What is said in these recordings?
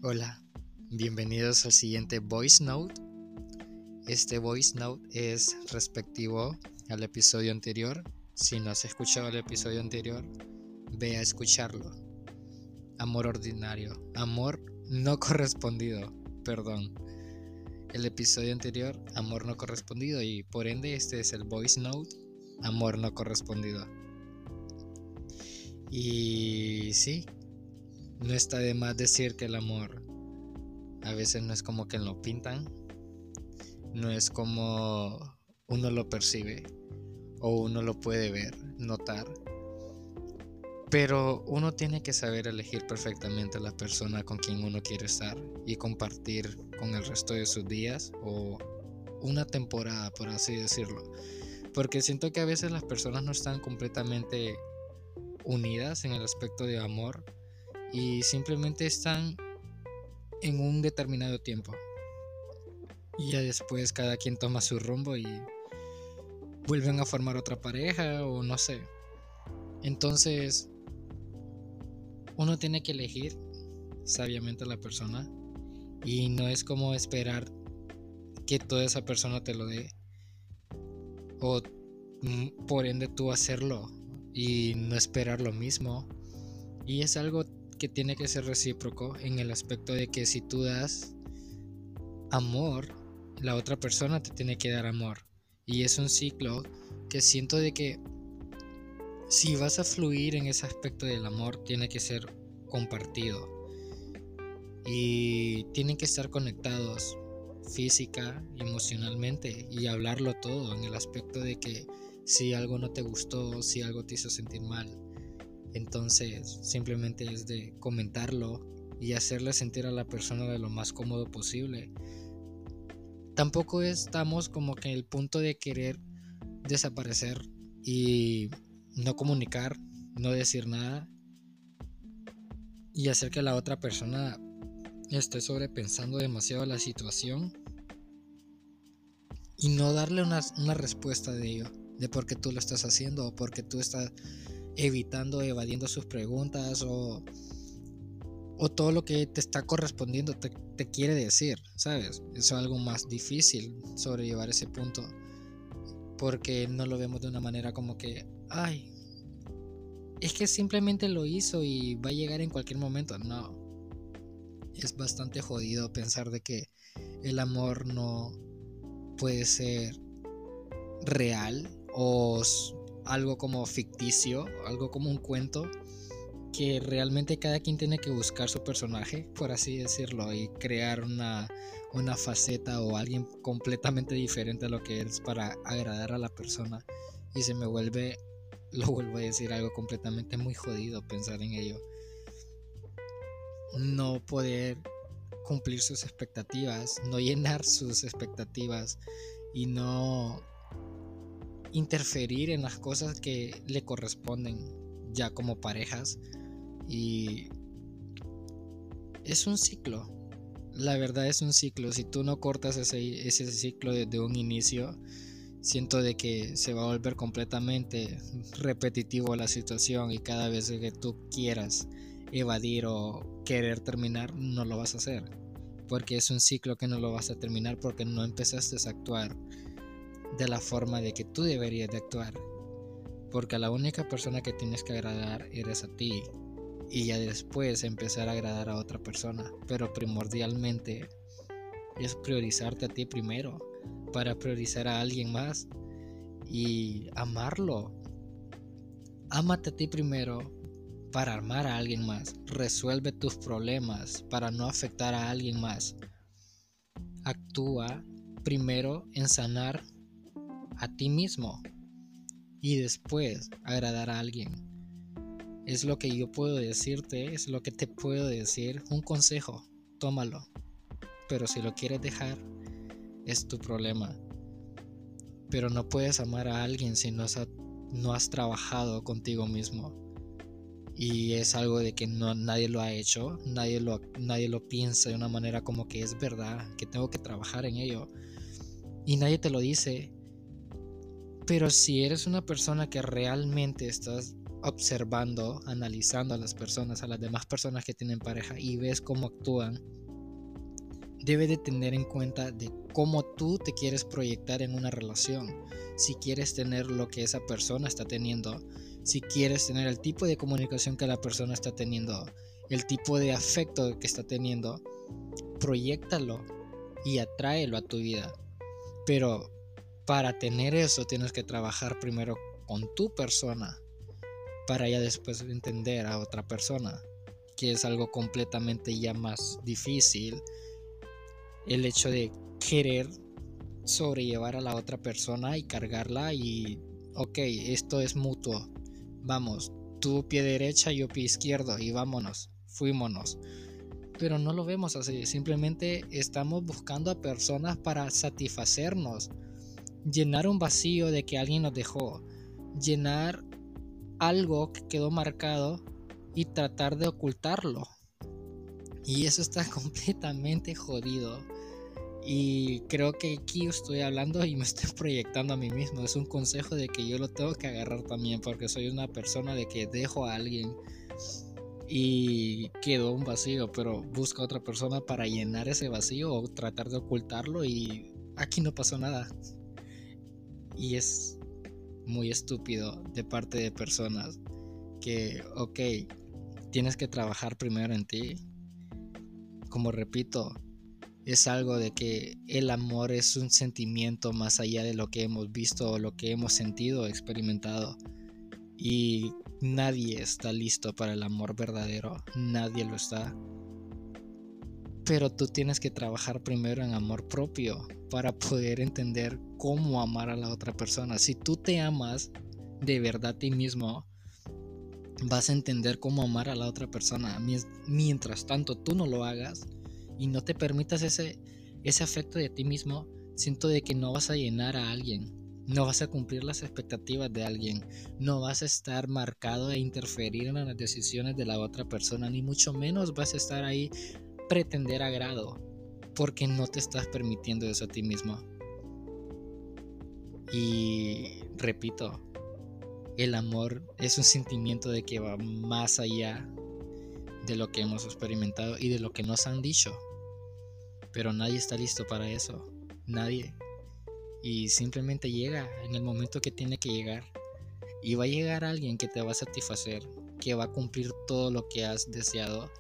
Hola, bienvenidos al siguiente Voice Note. Este Voice Note es respectivo al episodio anterior. Si no has escuchado el episodio anterior, ve a escucharlo. Amor ordinario, amor no correspondido, perdón. El episodio anterior, amor no correspondido, y por ende este es el Voice Note, amor no correspondido. Y sí, no está de más decir que el amor a veces no es como que lo pintan, no es como uno lo percibe o uno lo puede ver, notar. Pero uno tiene que saber elegir perfectamente a la persona con quien uno quiere estar y compartir con el resto de sus días o una temporada, por así decirlo. Porque siento que a veces las personas no están completamente unidas en el aspecto de amor y simplemente están en un determinado tiempo. Y ya después cada quien toma su rumbo y vuelven a formar otra pareja o no sé. Entonces uno tiene que elegir sabiamente a la persona y no es como esperar que toda esa persona te lo dé o por ende tú hacerlo y no esperar lo mismo. Y es algo que tiene que ser recíproco en el aspecto de que si tú das amor, la otra persona te tiene que dar amor. Y es un ciclo que siento de que si vas a fluir en ese aspecto del amor, tiene que ser compartido y tienen que estar conectados física, emocionalmente y hablarlo todo en el aspecto de que si algo no te gustó, si algo te hizo sentir mal, entonces simplemente es de comentarlo y hacerle sentir a la persona de lo más cómodo posible. Tampoco estamos como que en el punto de querer desaparecer y no comunicar, no decir nada y hacer que la otra persona esté sobrepensando demasiado la situación y no darle una respuesta de ello, de por qué tú lo estás haciendo o por qué tú estás evadiendo sus preguntas o todo lo que te está correspondiendo te quiere decir, ¿sabes? Es algo más difícil sobrellevar ese punto porque no lo vemos de una manera como que, ay, es que simplemente lo hizo y va a llegar en cualquier momento. No, es bastante jodido pensar de que el amor no puede ser real o algo como ficticio, algo como un cuento, que realmente cada quien tiene que buscar su personaje, por así decirlo, y crear una faceta o alguien completamente diferente a lo que eres para agradar a la persona. Y se me vuelve, lo vuelvo a decir, algo completamente muy jodido pensar en ello. No poder cumplir sus expectativas, no llenar sus expectativas y no interferir en las cosas que le corresponden ya como parejas. Y es un ciclo, la verdad es un ciclo. Si tú no cortas ese ciclo desde un inicio, siento de que se va a volver completamente repetitivo la situación y cada vez que tú quieras evadir o querer terminar, no lo vas a hacer, porque es un ciclo que no lo vas a terminar porque no empezaste a actuar de la forma de que tú deberías de actuar, porque a la única persona que tienes que agradar eres a ti y ya después empezar a agradar a otra persona, pero primordialmente es priorizarte a ti primero para priorizar a alguien más y amarlo. Ámate a ti primero para amar a alguien más. Resuelve tus problemas para no afectar a alguien más. Actúa primero en sanar a ti mismo y después agradar a alguien. Es lo que yo puedo decirte, es lo que te puedo decir. Un consejo, tómalo. Pero si lo quieres dejar, es tu problema. Pero no puedes amar a alguien si no has trabajado contigo mismo. Y es algo de que nadie lo ha hecho, nadie lo piensa de una manera como que es verdad, que tengo que trabajar en ello. Y nadie te lo dice. Pero si eres una persona que realmente estás observando, analizando a las personas, a las demás personas que tienen pareja y ves cómo actúan, debes de tener en cuenta de cómo tú te quieres proyectar en una relación. Si quieres tener lo que esa persona está teniendo, si quieres tener el tipo de comunicación que la persona está teniendo, el tipo de afecto que está teniendo, proyéctalo y atráelo a tu vida. Pero para tener eso tienes que trabajar primero con tu persona, para ya después entender a otra persona, que es algo completamente ya más difícil. El hecho de querer sobrellevar a la otra persona y cargarla y ok, esto es mutuo, vamos, tú pie derecha, yo pie izquierdo y vámonos, fuímonos. Pero no lo vemos así, simplemente estamos buscando a personas para satisfacernos, llenar un vacío de que alguien nos dejó, llenar algo que quedó marcado y tratar de ocultarlo. Y eso está completamente jodido. Y creo que aquí estoy hablando y me estoy proyectando a mí mismo. Es un consejo de que yo lo tengo que agarrar también, porque soy una persona de que dejo a alguien y quedó un vacío, pero busca a otra persona para llenar ese vacío o tratar de ocultarlo y aquí no pasó nada. Y es muy estúpido de parte de personas que, ok, tienes que trabajar primero en ti. Como repito, es algo de que el amor es un sentimiento más allá de lo que hemos visto o lo que hemos sentido o experimentado. Y nadie está listo para el amor verdadero, nadie lo está. Pero tú tienes que trabajar primero en amor propio para poder entender cómo amar a la otra persona. Si tú te amas de verdad a ti mismo, vas a entender cómo amar a la otra persona. Mientras tanto tú no lo hagas y no te permitas ese afecto de ti mismo, siento de que no vas a llenar a alguien, no vas a cumplir las expectativas de alguien, no vas a estar marcado e interferir en las decisiones de la otra persona, ni mucho menos vas a estar ahí pretender agrado, porque no te estás permitiendo eso a ti mismo. Y repito, el amor es un sentimiento de que va más allá de lo que hemos experimentado y de lo que nos han dicho. Pero nadie está listo para eso. Nadie. Y simplemente llega en el momento que tiene que llegar. Y va a llegar alguien que te va a satisfacer, que va a cumplir todo lo que has deseado.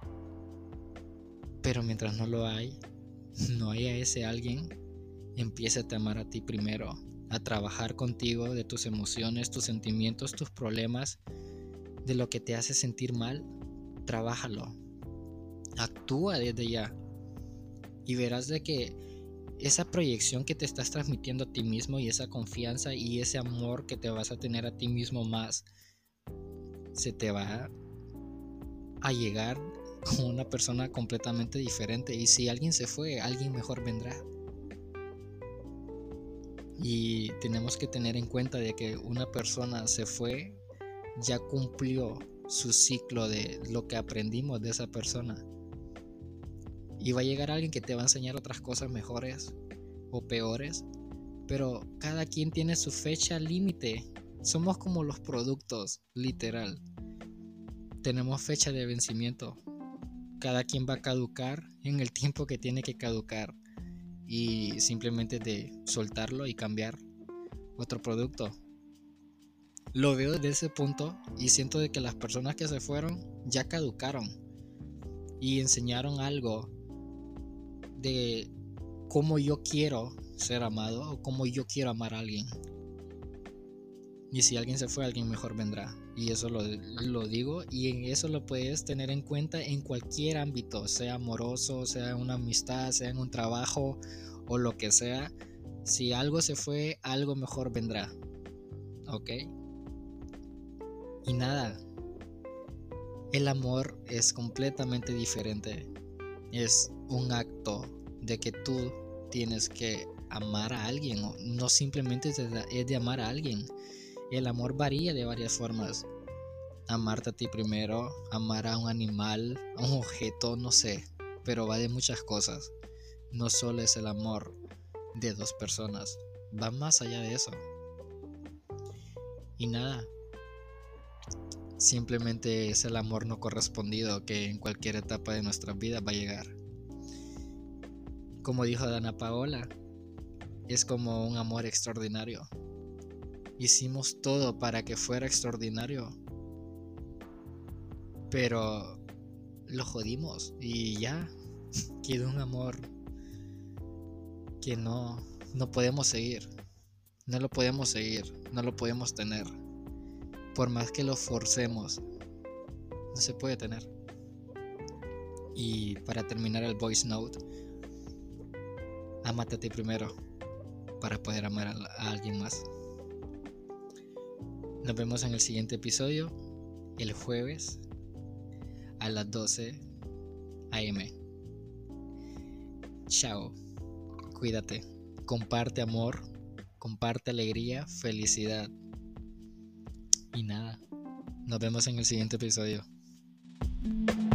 Pero mientras no lo hay, no haya ese alguien, empieza a amar a ti primero, a trabajar contigo de tus emociones, tus sentimientos, tus problemas, de lo que te hace sentir mal, trabájalo. Actúa desde ya y verás de que esa proyección que te estás transmitiendo a ti mismo y esa confianza y ese amor que te vas a tener a ti mismo más, se te va a llegar como una persona completamente diferente. Y si alguien se fue, alguien mejor vendrá. Y tenemos que tener en cuenta de que una persona se fue, ya cumplió su ciclo de lo que aprendimos de esa persona. Y va a llegar alguien que te va a enseñar otras cosas mejores o peores, pero cada quien tiene su fecha límite. Somos como los productos, literal. Tenemos fecha de vencimiento. Cada quien va a caducar en el tiempo que tiene que caducar y simplemente de soltarlo y cambiar otro producto. Lo veo desde ese punto y siento de que las personas que se fueron ya caducaron y enseñaron algo de cómo yo quiero ser amado o cómo yo quiero amar a alguien. Y si alguien se fue, alguien mejor vendrá. Y eso lo digo, y en eso lo puedes tener en cuenta en cualquier ámbito, sea amoroso, sea una amistad, sea en un trabajo o lo que sea. Si algo se fue, algo mejor vendrá. ¿Ok? Y nada, el amor es completamente diferente. Es un acto de que tú tienes que amar a alguien, no simplemente es de amar a alguien. El amor varía de varias formas. Amarte a ti primero, amar a un animal, a un objeto, no sé, pero va de muchas cosas. No solo es el amor de dos personas, va más allá de eso. Y nada, simplemente es el amor no correspondido que en cualquier etapa de nuestra vida va a llegar. Como dijo Dana Paola, es como un amor extraordinario. Hicimos todo para que fuera extraordinario, pero lo jodimos y ya quedó un amor que no podemos seguir. No lo podemos seguir, no lo podemos tener. Por más que lo forcemos, no se puede tener. Y para terminar el voice note, ámate a ti primero para poder amar a alguien más. Nos vemos en el siguiente episodio, el jueves a las 12 a.m. Chao, cuídate, comparte amor, comparte alegría, felicidad. Y nada, nos vemos en el siguiente episodio.